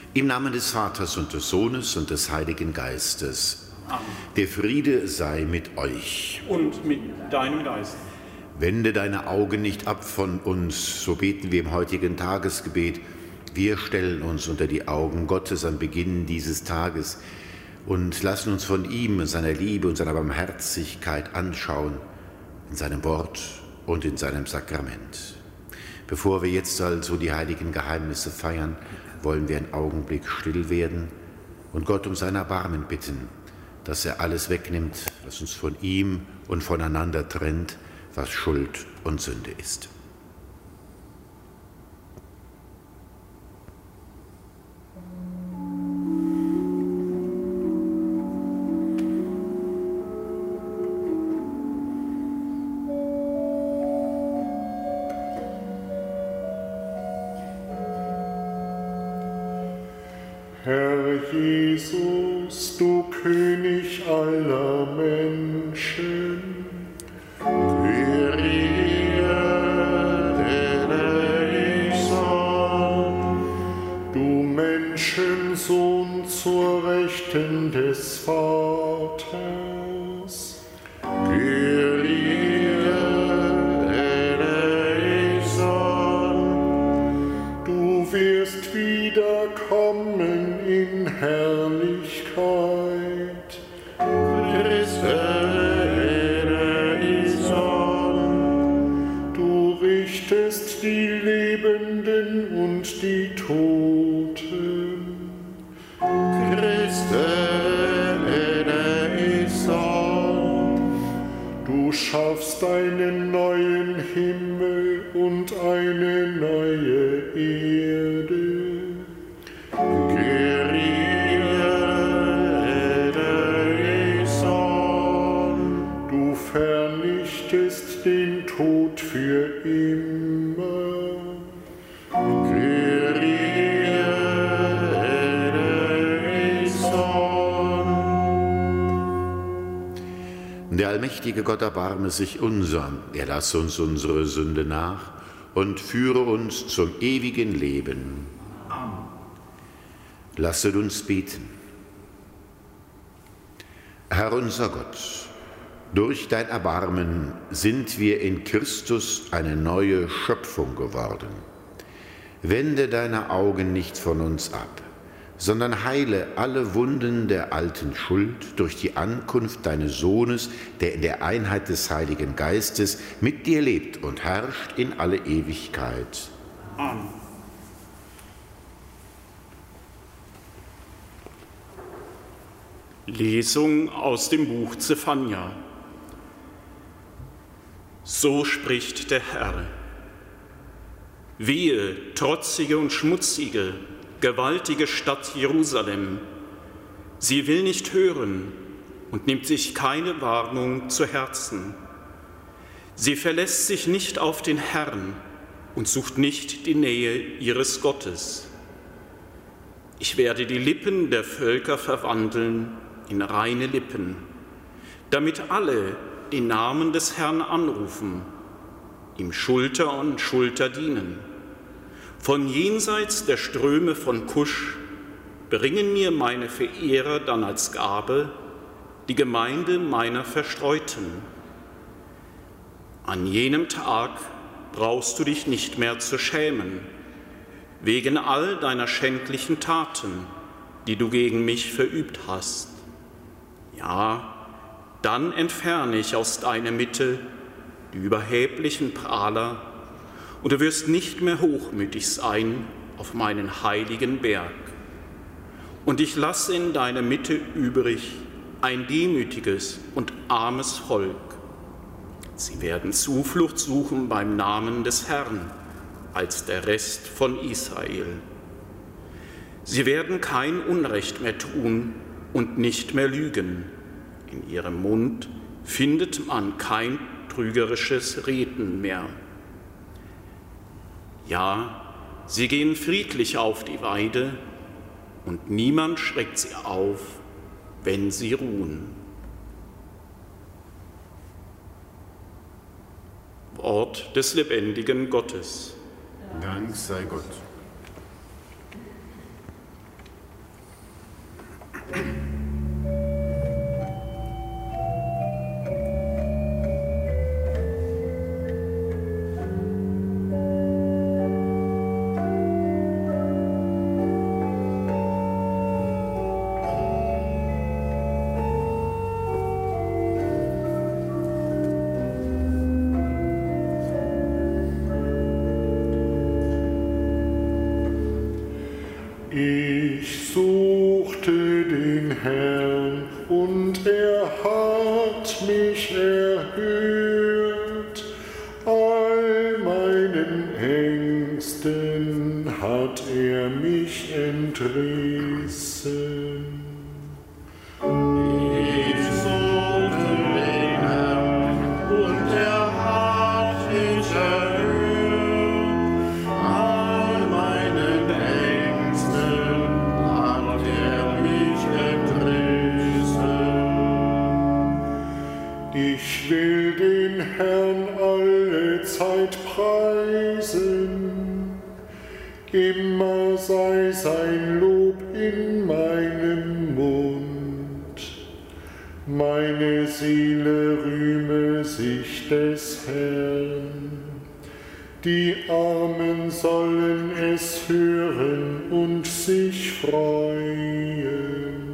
Im Namen des Vaters und des Sohnes und des Heiligen Geistes. Amen. Der Friede sei mit euch. Und mit deinem Geist. Wende deine Augen nicht ab von uns, so beten wir im heutigen Tagesgebet. Wir stellen uns unter die Augen Gottes am Beginn dieses Tages und lassen uns von ihm, seiner Liebe und seiner Barmherzigkeit anschauen, in seinem Wort und in seinem Sakrament. Bevor wir jetzt also die heiligen Geheimnisse feiern, wollen wir einen Augenblick still werden und Gott um sein Erbarmen bitten, dass er alles wegnimmt, was uns von ihm und voneinander trennt, was Schuld und Sünde ist. Herr Jesus, du König aller Menschen, Kyrie eleison, du Menschensohn zur Rechten des Vaters, Kyrie eleison, du wirst wiederkommen in Herrlichkeit. Christe eleison, du richtest die Lebenden und die Toten. Christe eleison, du schaffst einen neuen Himmel und eine neue Erde. Du vernichtest den Tod für immer. Kyrie eleison. Der allmächtige Gott erbarme sich unser, er lasse uns unsere Sünde nach und führe uns zum ewigen Leben. Amen. Lasset uns beten. Herr unser Gott, durch dein Erbarmen sind wir in Christus eine neue Schöpfung geworden. Wende deine Augen nicht von uns ab, sondern heile alle Wunden der alten Schuld durch die Ankunft deines Sohnes, der in der Einheit des Heiligen Geistes mit dir lebt und herrscht in alle Ewigkeit. Amen. Lesung aus dem Buch Zephania. So spricht der Herr. Wehe, trotzige und schmutzige, gewaltige Stadt Jerusalem. Sie will nicht hören und nimmt sich keine Warnung zu Herzen. Sie verlässt sich nicht auf den Herrn und sucht nicht die Nähe ihres Gottes. Ich werde die Lippen der Völker verwandeln in reine Lippen, damit alle den Namen des Herrn anrufen, ihm Schulter an Schulter dienen. Von jenseits der Ströme von Kusch bringen mir meine Verehrer dann als Gabe die Gemeinde meiner Verstreuten. An jenem Tag brauchst du dich nicht mehr zu schämen, wegen all deiner schändlichen Taten, die du gegen mich verübt hast. Ja, dann entferne ich aus deiner Mitte die überheblichen Prahler, und du wirst nicht mehr hochmütig sein auf meinen heiligen Berg. Und ich lasse in deiner Mitte übrig ein demütiges und armes Volk. Sie werden Zuflucht suchen beim Namen des Herrn als der Rest von Israel. Sie werden kein Unrecht mehr tun und nicht mehr lügen. In ihrem Mund findet man kein trügerisches Reden mehr. Ja, sie gehen friedlich auf die Weide und niemand schreckt sie auf, wenn sie ruhen. Wort des lebendigen Gottes. Dank sei Gott. entrissen. Ich suchte den Herrn, und er hat mich erhört. All meinen Ängsten hat er mich entrissen. Ich will den Herrn alle Zeit preisen. Immer sei sein Lob in meinem Mund. Meine Seele rühme sich des Herrn. Die Armen sollen es hören und sich freuen.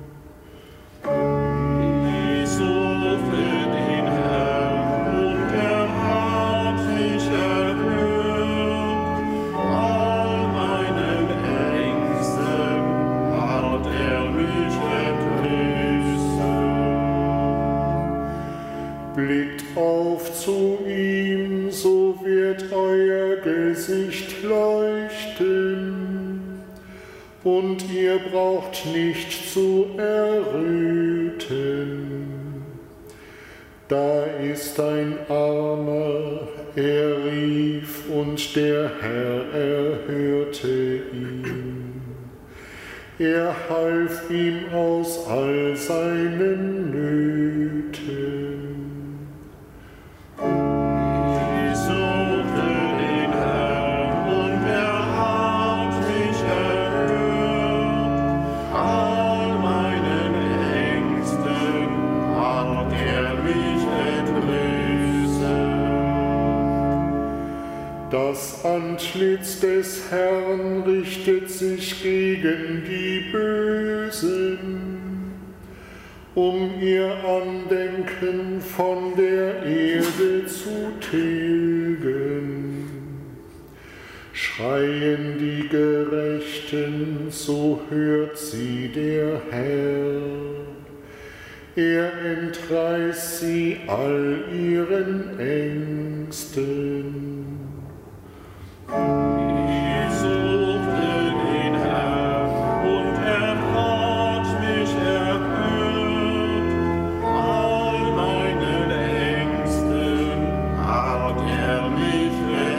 Ich suchte den Herrn, und er hat mich erhört. All meinen Ängsten hat er mich entrissen. Blickt auf zu ihm, so wird euer Gesicht leuchten, und ihr braucht nicht zu erröten. Da ist ein Armer, er rief, und der Herr erhörte ihn. Er half ihm aus all seinen Nöten. Ich suchte den Herrn, und er hat mich erhört. All meinen Ängsten hat er mich entrissen. Das Antlitz des Herrn richtet sich gegen die Bösen, um ihr Andenken von der Erde zu tilgen. Schreien die Gerechten, so hört sie der Herr. Er entreißt sie all ihren Ängsten. Ich suchte den Herrn, und er hat mich erhört. All meinen Ängsten hat er mich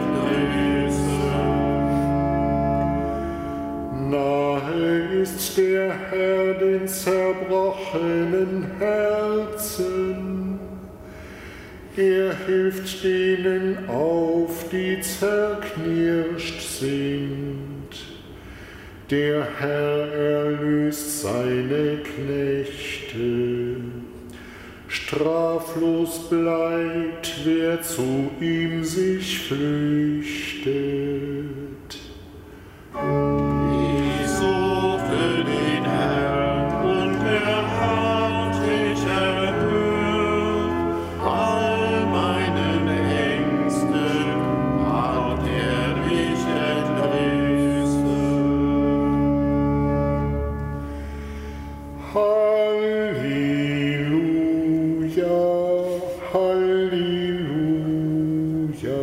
entrissen. Nahe ist der Herr den zerbrochenen Herzen. Er hilft denen auf, die zerknirscht sind. Der Herr erlöst seine Knechte. Straflos bleibt, wer zu ihm sich flüchtet. Ich suchte den Herrn, und er hat mich erhört. All meinen Ängsten hat er mich entrissen. Halleluja, Halleluja.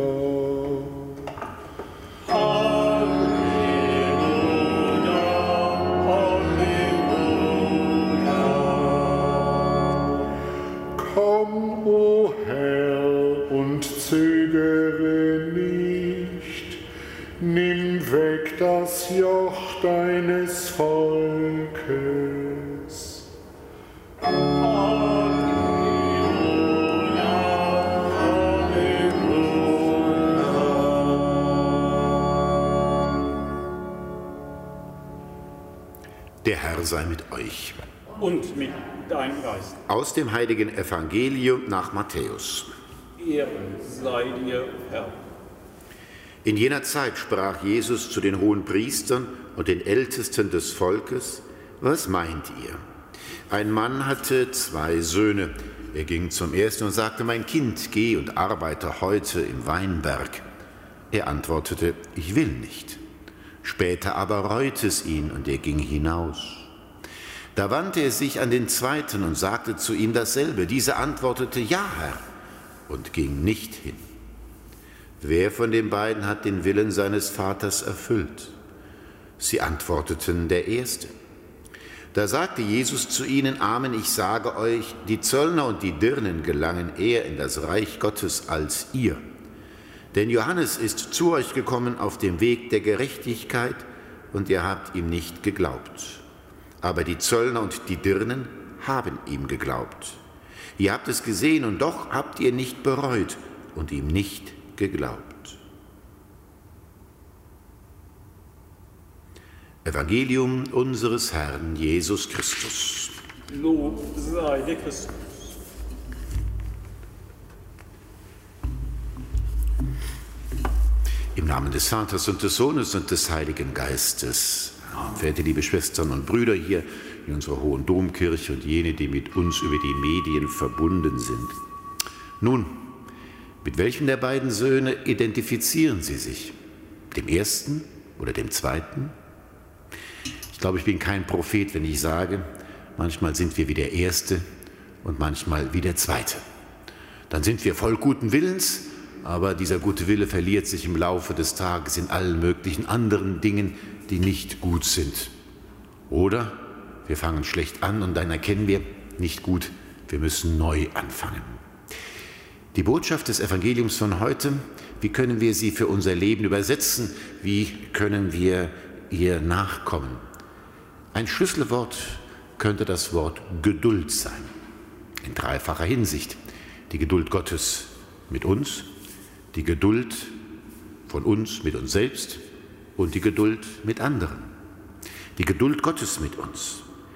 Komm, o Herr, und zögere nicht, nimm weg das Joch deines Volkes. Der Herr sei mit euch. Und mit deinem Geist. Aus dem heiligen Evangelium nach Matthäus. Ehre sei dir, Herr. In jener Zeit sprach Jesus zu den Hohenpriestern und den Ältesten des Volkes: Was meint ihr? Ein Mann hatte 2 Söhne. Er ging zum ersten und sagte: Mein Kind, geh und arbeite heute im Weinberg. Er antwortete: Ich will nicht. Später aber reute es ihn, und er ging hinaus. Da wandte er sich an den zweiten und sagte zu ihm dasselbe. Dieser antwortete: Ja, Herr, und ging nicht hin. Wer von den beiden hat den Willen seines Vaters erfüllt? Sie antworteten: Der Erste. Da sagte Jesus zu ihnen: Amen, ich sage euch, die Zöllner und die Dirnen gelangen eher in das Reich Gottes als ihr. Denn Johannes ist zu euch gekommen auf dem Weg der Gerechtigkeit, und ihr habt ihm nicht geglaubt. Aber die Zöllner und die Dirnen haben ihm geglaubt. Ihr habt es gesehen, und doch habt ihr nicht bereut und ihm nicht geglaubt. Evangelium unseres Herrn Jesus Christus. Lob sei dir Christus. Im Namen des Vaters und des Sohnes und des Heiligen Geistes. Verehrte liebe Schwestern und Brüder hier in unserer Hohen Domkirche und jene, die mit uns über die Medien verbunden sind. Nun, mit welchem der beiden Söhne identifizieren Sie sich? Dem ersten oder dem zweiten? Ich glaube, ich bin kein Prophet, wenn ich sage, manchmal sind wir wie der Erste und manchmal wie der Zweite. Dann sind wir voll guten Willens, aber dieser gute Wille verliert sich im Laufe des Tages in allen möglichen anderen Dingen, die nicht gut sind. Oder wir fangen schlecht an und dann erkennen wir, nicht gut, wir müssen neu anfangen. Die Botschaft des Evangeliums von heute, wie können wir sie für unser Leben übersetzen? Wie können wir ihr nachkommen? Ein Schlüsselwort könnte das Wort Geduld sein. In dreifacher Hinsicht. Die Geduld Gottes mit uns, die Geduld von uns mit uns selbst und die Geduld mit anderen. Die Geduld Gottes mit uns.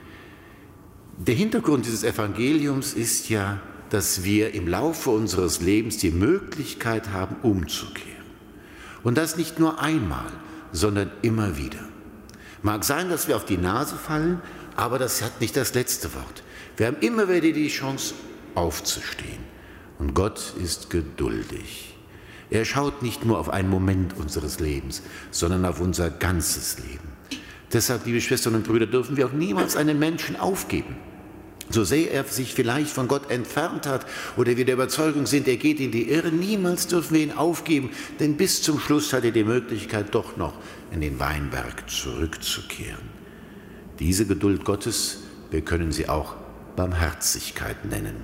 Der Hintergrund dieses Evangeliums ist ja, dass wir im Laufe unseres Lebens die Möglichkeit haben, umzukehren. Und das nicht nur einmal, sondern immer wieder. Mag sein, dass wir auf die Nase fallen, aber das hat nicht das letzte Wort. Wir haben immer wieder die Chance, aufzustehen. Und Gott ist geduldig. Er schaut nicht nur auf einen Moment unseres Lebens, sondern auf unser ganzes Leben. Deshalb, liebe Schwestern und Brüder, dürfen wir auch niemals einen Menschen aufgeben. So sehr er sich vielleicht von Gott entfernt hat oder wir der Überzeugung sind, er geht in die Irre, niemals dürfen wir ihn aufgeben, denn bis zum Schluss hat er die Möglichkeit, doch noch in den Weinberg zurückzukehren. Diese Geduld Gottes, wir können sie auch Barmherzigkeit nennen.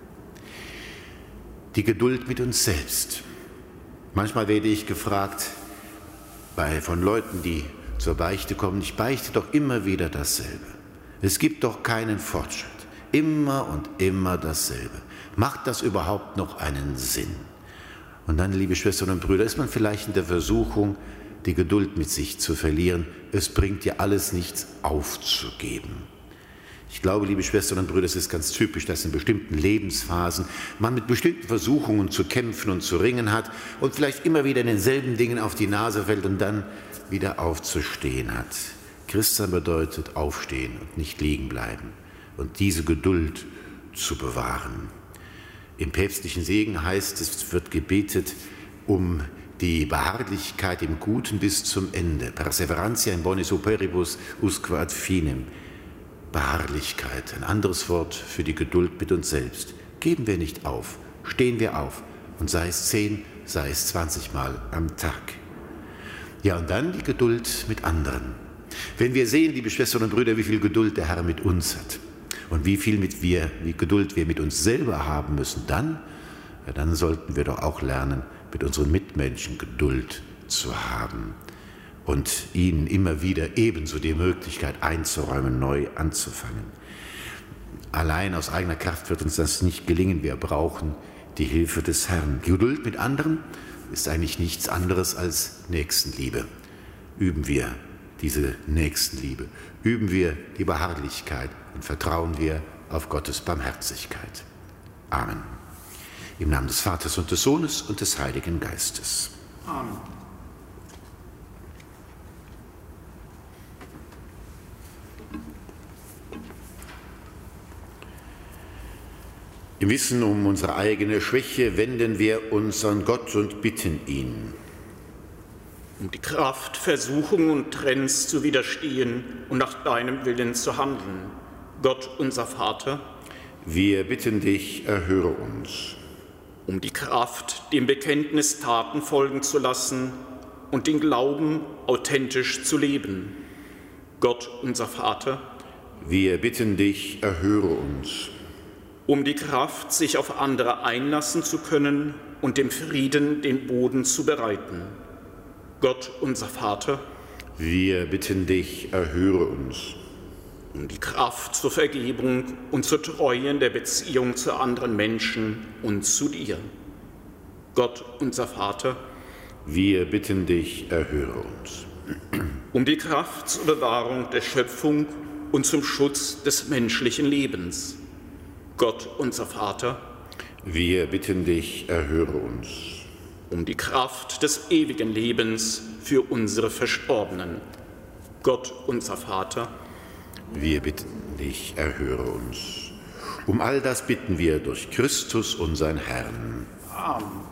Die Geduld mit uns selbst. Manchmal werde ich gefragt von Leuten, die zur Beichte kommen, ich beichte doch immer wieder dasselbe. Es gibt doch keinen Fortschritt. Immer und immer dasselbe. Macht das überhaupt noch einen Sinn? Und dann, liebe Schwestern und Brüder, ist man vielleicht in der Versuchung, die Geduld mit sich zu verlieren. Es bringt ja alles nichts, aufzugeben. Ich glaube, liebe Schwestern und Brüder, es ist ganz typisch, dass in bestimmten Lebensphasen man mit bestimmten Versuchungen zu kämpfen und zu ringen hat und vielleicht immer wieder in denselben Dingen auf die Nase fällt und dann wieder aufzustehen hat. Christsein bedeutet aufstehen und nicht liegen bleiben und diese Geduld zu bewahren. Im päpstlichen Segen heißt es, wird gebetet um die Beharrlichkeit im Guten bis zum Ende. Perseverantia in bonis operibus usque ad finem. Beharrlichkeit, ein anderes Wort für die Geduld mit uns selbst. Geben wir nicht auf, stehen wir auf und sei es 10, sei es 20 Mal am Tag. Ja, und dann die Geduld mit anderen. Wenn wir sehen, liebe Schwestern und Brüder, wie viel Geduld der Herr mit uns hat und wie Geduld wir mit uns selber haben müssen, dann sollten wir doch auch lernen, mit unseren Mitmenschen Geduld zu haben und ihnen immer wieder ebenso die Möglichkeit einzuräumen, neu anzufangen. Allein aus eigener Kraft wird uns das nicht gelingen. Wir brauchen die Hilfe des Herrn. Geduld mit anderen ist eigentlich nichts anderes als Nächstenliebe. Üben wir diese Nächstenliebe, üben wir die Beharrlichkeit und vertrauen wir auf Gottes Barmherzigkeit. Amen. Im Namen des Vaters und des Sohnes und des Heiligen Geistes. Amen. Im Wissen um unsere eigene Schwäche wenden wir uns an Gott und bitten ihn. Um die Kraft, Versuchung und Trends zu widerstehen und nach deinem Willen zu handeln. Gott, unser Vater. Wir bitten dich, erhöre uns. Um die Kraft, dem Bekenntnis Taten folgen zu lassen und den Glauben authentisch zu leben. Gott, unser Vater, wir bitten dich, erhöre uns. um die Kraft, sich auf andere einlassen zu können und dem Frieden den Boden zu bereiten. Gott, unser Vater, wir bitten dich, erhöre uns. um die Kraft zur Vergebung und zur Treue in der Beziehung zu anderen Menschen und zu dir. Gott, unser Vater, wir bitten dich, erhöre uns. um die Kraft zur Bewahrung der Schöpfung und zum Schutz des menschlichen Lebens. Gott, unser Vater, wir bitten dich, erhöre uns. um die Kraft des ewigen Lebens für unsere Verstorbenen. Gott, unser Vater, wir bitten dich, erhöre uns. Um all das bitten wir durch Christus, unseren Herrn. Amen.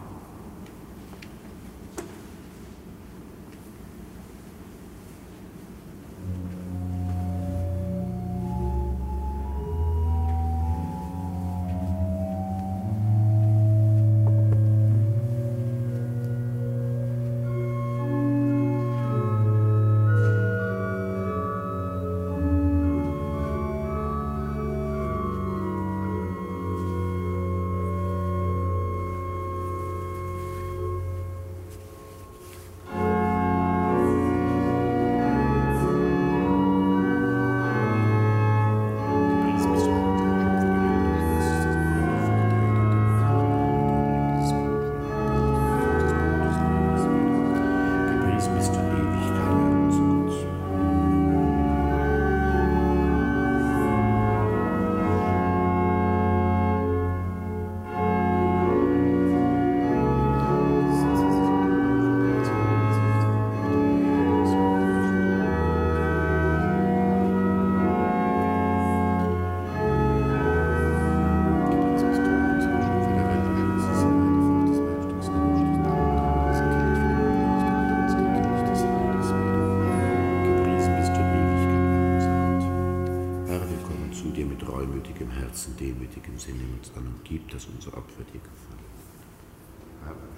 demütigen Sinn, nimm uns an und gib, dass unser Opfer dir gefallen. Amen.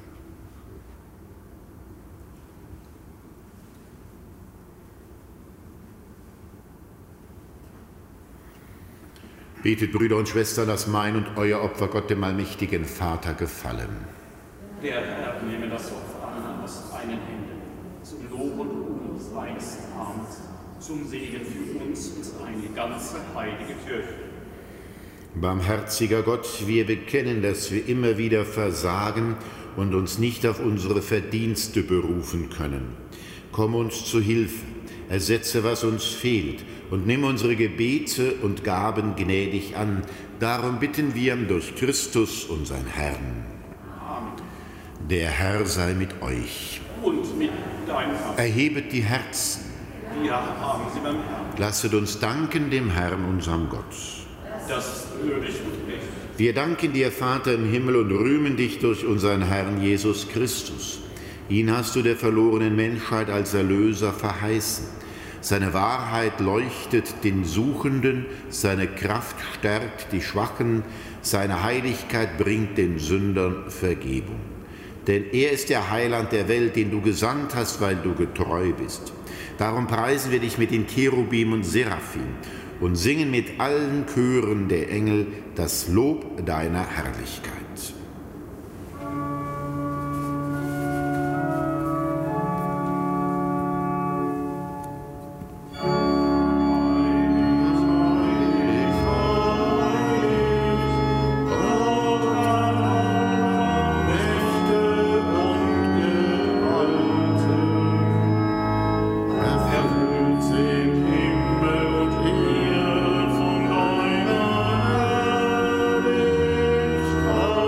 Betet, Brüder und Schwestern, dass mein und euer Opfer Gott, dem allmächtigen Vater, gefallen. Der Herr nehme das Opfer an aus deinen Händen, zum Lob und Ruhm seines Namens, zum Segen für uns und seine ganze heilige Kirche. Barmherziger Gott, wir bekennen, dass wir immer wieder versagen und uns nicht auf unsere Verdienste berufen können. Komm uns zu Hilfe, ersetze, was uns fehlt, und nimm unsere Gebete und Gaben gnädig an. Darum bitten wir durch Christus, unseren Herrn. Amen. Der Herr sei mit euch. Und mit deinem Herzen. Erhebet die Herzen. Wir haben sie beim Herrn. Lasset uns danken dem Herrn, unserem Gott. Das ist würdig und recht. Wir danken dir, Vater im Himmel, und rühmen dich durch unseren Herrn Jesus Christus. Ihn hast du der verlorenen Menschheit als Erlöser verheißen. Seine Wahrheit leuchtet den Suchenden, seine Kraft stärkt die Schwachen, seine Heiligkeit bringt den Sündern Vergebung. Denn er ist der Heiland der Welt, den du gesandt hast, weil du getreu bist. Darum preisen wir dich mit den Cherubim und Seraphim und singen mit allen Chören der Engel das Lob deiner Herrlichkeit. Oh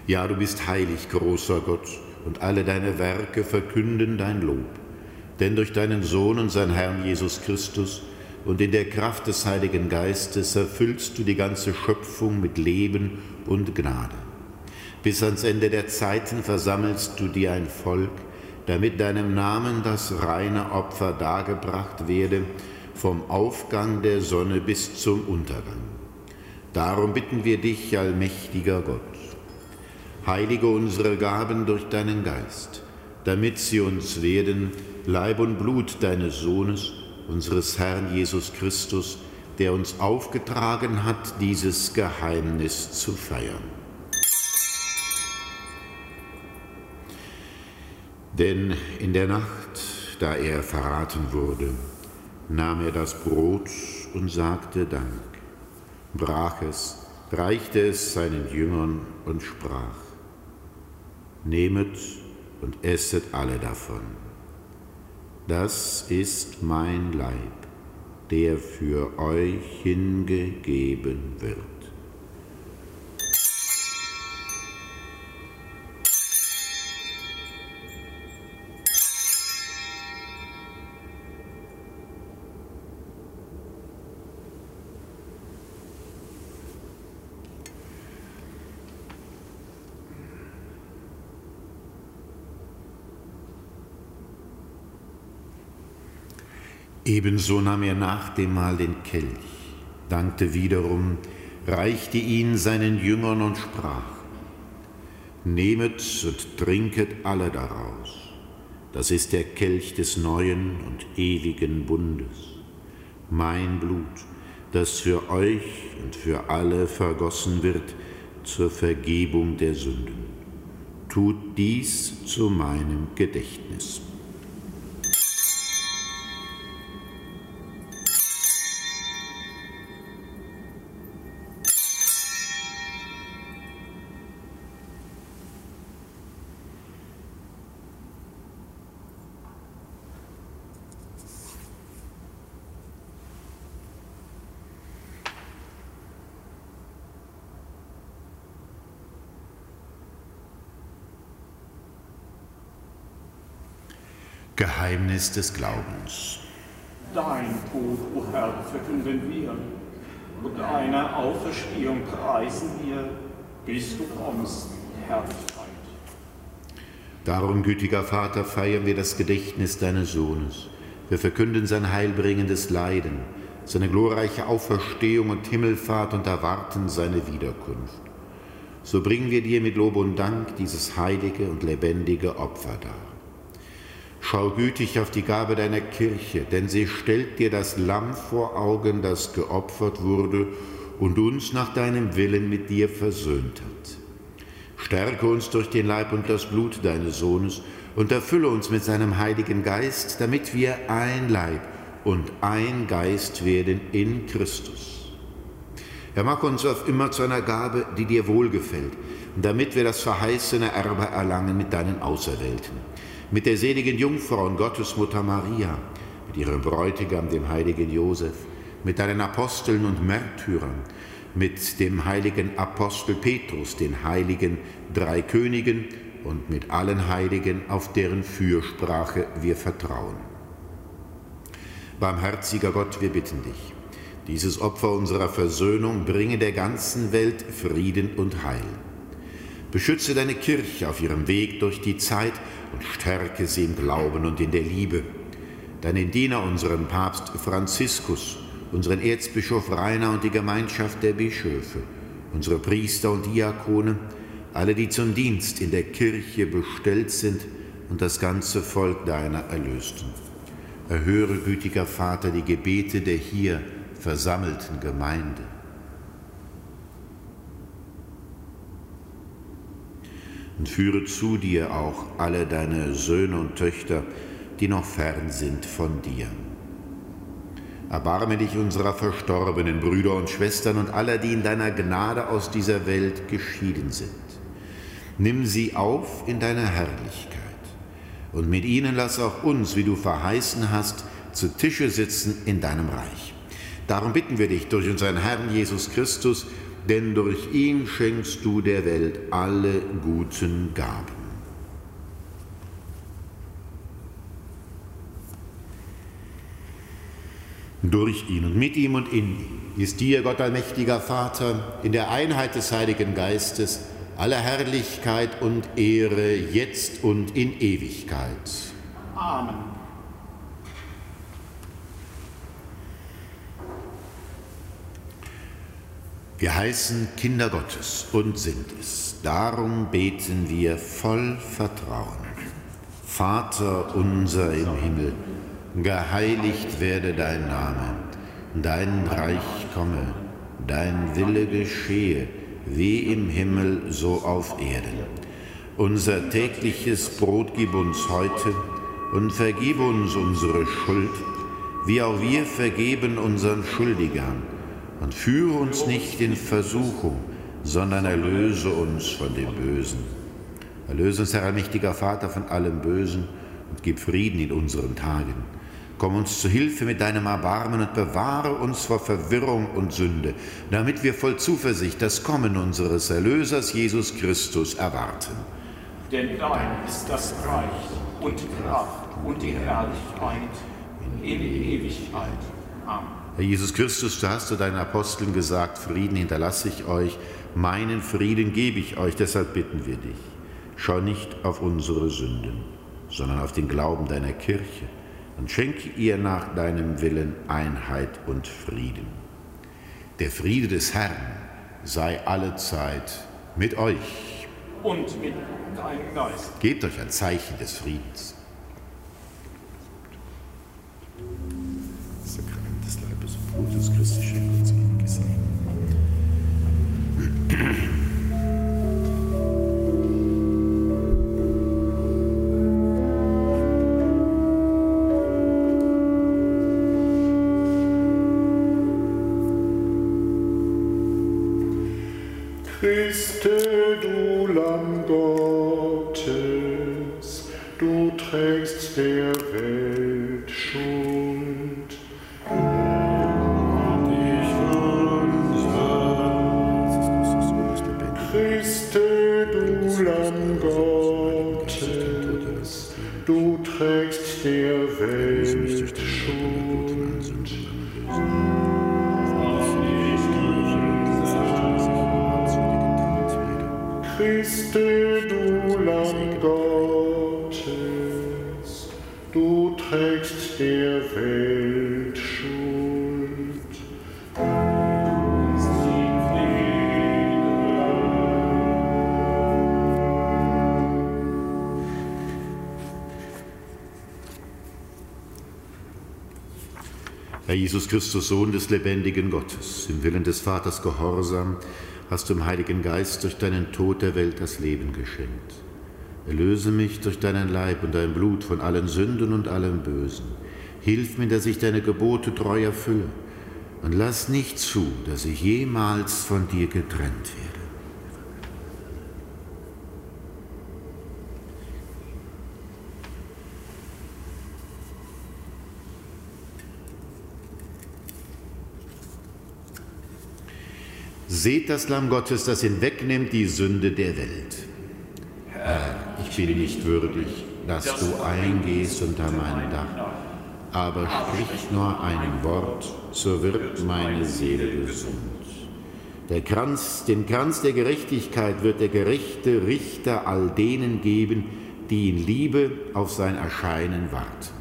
Ja, du bist heilig, großer Gott, und alle deine Werke verkünden dein Lob. Denn durch deinen Sohn, unseren Herrn Jesus Christus, und in der Kraft des Heiligen Geistes erfüllst du die ganze Schöpfung mit Leben und Gnade. Bis ans Ende der Zeiten versammelst du dir ein Volk, damit deinem Namen das reine Opfer dargebracht werde, vom Aufgang der Sonne bis zum Untergang. Darum bitten wir dich, allmächtiger Gott, heilige unsere Gaben durch deinen Geist, damit sie uns werden Leib und Blut deines Sohnes, unseres Herrn Jesus Christus, der uns aufgetragen hat, dieses Geheimnis zu feiern. Denn in der Nacht, da er verraten wurde, nahm er das Brot und sagte Dank, brach es, reichte es seinen Jüngern und sprach: Nehmet und esset alle davon. Das ist mein Leib, der für euch hingegeben wird. Ebenso nahm er nach dem Mahl den Kelch, dankte wiederum, reichte ihn seinen Jüngern und sprach: Nehmet und trinket alle daraus. Das ist der Kelch des neuen und ewigen Bundes. Mein Blut, das für euch und für alle vergossen wird zur Vergebung der Sünden. Tut dies zu meinem Gedächtnis. Geheimnis des Glaubens. Dein Tod, o Herr, verkünden wir, und deine Auferstehung preisen wir, bis du kommst, Herrlichkeit. Darum, gütiger Vater, feiern wir das Gedächtnis deines Sohnes. Wir verkünden sein heilbringendes Leiden, seine glorreiche Auferstehung und Himmelfahrt und erwarten seine Wiederkunft. So bringen wir dir mit Lob und Dank dieses heilige und lebendige Opfer dar. Schau gütig auf die Gabe deiner Kirche, denn sie stellt dir das Lamm vor Augen, das geopfert wurde und uns nach deinem Willen mit dir versöhnt hat. Stärke uns durch den Leib und das Blut deines Sohnes und erfülle uns mit seinem Heiligen Geist, damit wir ein Leib und ein Geist werden in Christus. Er mache uns auf immer zu einer Gabe, die dir wohlgefällt, damit wir das verheißene Erbe erlangen mit deinen Auserwählten. Mit der seligen Jungfrau und Gottesmutter Maria, mit ihrem Bräutigam, dem heiligen Josef, mit deinen Aposteln und Märtyrern, mit dem heiligen Apostel Petrus, den heiligen drei Königen und mit allen Heiligen, auf deren Fürsprache wir vertrauen. Barmherziger Gott, wir bitten dich, dieses Opfer unserer Versöhnung bringe der ganzen Welt Frieden und Heil. Beschütze deine Kirche auf ihrem Weg durch die Zeit und stärke sie im Glauben und in der Liebe. Deinen Diener, unseren Papst Franziskus, unseren Erzbischof Rainer und die Gemeinschaft der Bischöfe, unsere Priester und Diakone, alle, die zum Dienst in der Kirche bestellt sind und das ganze Volk deiner Erlösten. Erhöre, gütiger Vater, die Gebete der hier versammelten Gemeinde. Und führe zu dir auch alle deine Söhne und Töchter, die noch fern sind von dir. Erbarme dich unserer verstorbenen Brüder und Schwestern und aller, die in deiner Gnade aus dieser Welt geschieden sind. Nimm sie auf in deiner Herrlichkeit. Und mit ihnen lass auch uns, wie du verheißen hast, zu Tische sitzen in deinem Reich. Darum bitten wir dich durch unseren Herrn Jesus Christus, denn durch ihn schenkst du der Welt alle guten Gaben. Durch ihn und mit ihm und in ihm ist dir, Gott allmächtiger Vater, in der Einheit des Heiligen Geistes, alle Herrlichkeit und Ehre, jetzt und in Ewigkeit. Amen. Wir heißen Kinder Gottes und sind es. Darum beten wir voll Vertrauen. Vater unser im Himmel, geheiligt werde dein Name, dein Reich komme, dein Wille geschehe, wie im Himmel, so auf Erden. Unser tägliches Brot gib uns heute und vergib uns unsere Schuld, wie auch wir vergeben unseren Schuldigern. Und führe uns nicht in Versuchung, sondern erlöse uns von dem Bösen. Erlöse uns, Herr allmächtiger Vater, von allem Bösen und gib Frieden in unseren Tagen. Komm uns zu Hilfe mit deinem Erbarmen und bewahre uns vor Verwirrung und Sünde, damit wir voll Zuversicht das Kommen unseres Erlösers Jesus Christus erwarten. Denn dein ist das Reich und die Kraft und die Herrlichkeit in Ewigkeit. Amen. Herr Jesus Christus, du hast zu deinen Aposteln gesagt, Frieden hinterlasse ich euch, meinen Frieden gebe ich euch, deshalb bitten wir dich. Schau nicht auf unsere Sünden, sondern auf den Glauben deiner Kirche und schenke ihr nach deinem Willen Einheit und Frieden. Der Friede des Herrn sei allezeit mit euch. Und mit deinem Geist. Gebt euch ein Zeichen des Friedens. Das Sakrament des Leibes und Blutes Christi schenkt uns ewiges Leben. Christe, du Lamm Gottes, du trägst der Welt Schuld. Christe, du Lamm Gottes, du trägst der Welt Schuld. Christe, du Lamm Gottes, du trägst der Welt Schuld. Herr Jesus Christus, Sohn des lebendigen Gottes, im Willen des Vaters gehorsam, hast du im Heiligen Geist durch deinen Tod der Welt das Leben geschenkt. Erlöse mich durch deinen Leib und dein Blut von allen Sünden und allem Bösen. Hilf mir, dass ich deine Gebote treu erfülle und lass nicht zu, dass ich jemals von dir getrennt werde. Seht das Lamm Gottes, das hinwegnimmt die Sünde der Welt. Herr, ich bin nicht würdig, dass du eingehst unter mein Dach, aber sprich nur ein Wort, so wird meine Seele gesund. Den Kranz der Gerechtigkeit wird der gerechte Richter all denen geben, die in Liebe auf sein Erscheinen warten.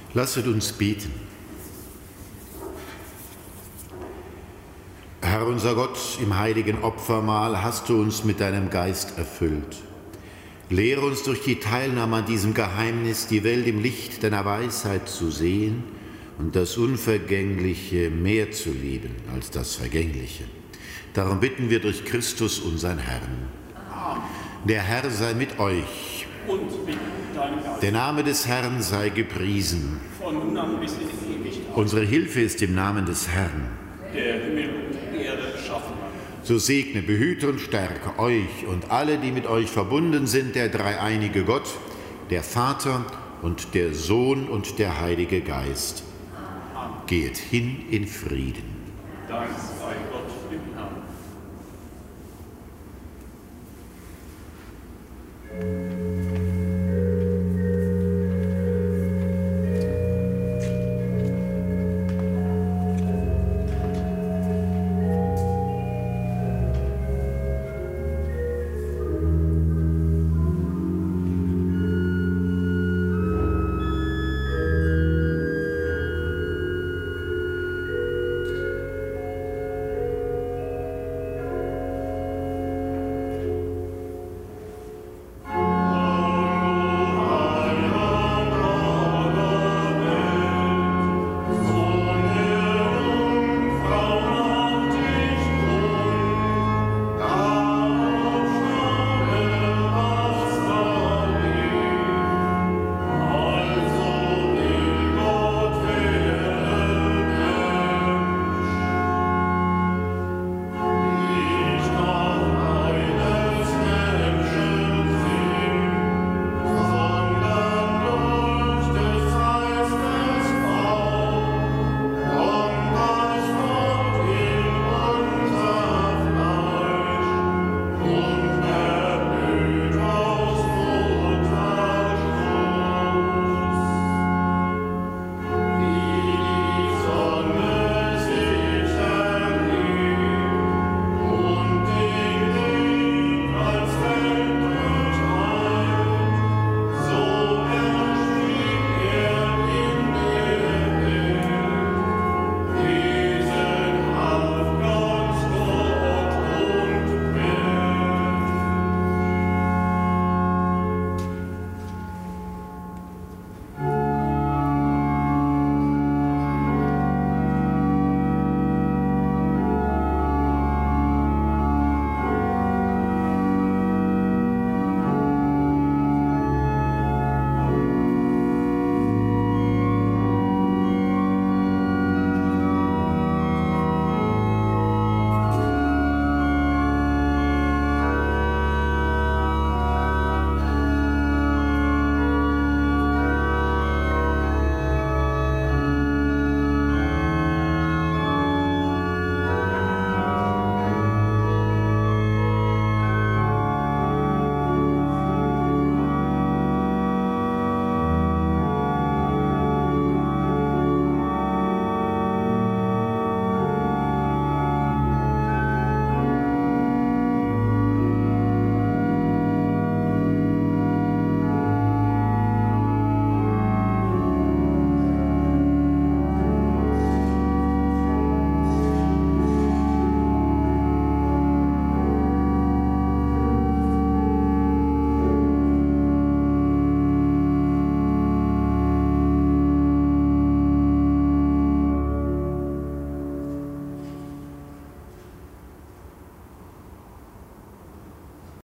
Lasset uns beten. Herr unser Gott, im heiligen Opfermahl hast du uns mit deinem Geist erfüllt. Lehre uns durch die Teilnahme an diesem Geheimnis, die Welt im Licht deiner Weisheit zu sehen und das Unvergängliche mehr zu lieben als das Vergängliche. Darum bitten wir durch Christus, unseren Herrn. Amen. Der Herr sei mit euch. Und mit deinem Geist. Der Name des Herrn sei gepriesen. Von nun an bis in Ewigkeit. Unsere Hilfe ist im Namen des Herrn. Der Himmel und die Erde geschaffen hat. So segne, behüte und stärke euch und alle, die mit euch verbunden sind, der dreieinige Gott, der Vater und der Sohn und der Heilige Geist. Geht hin in Frieden. Danke.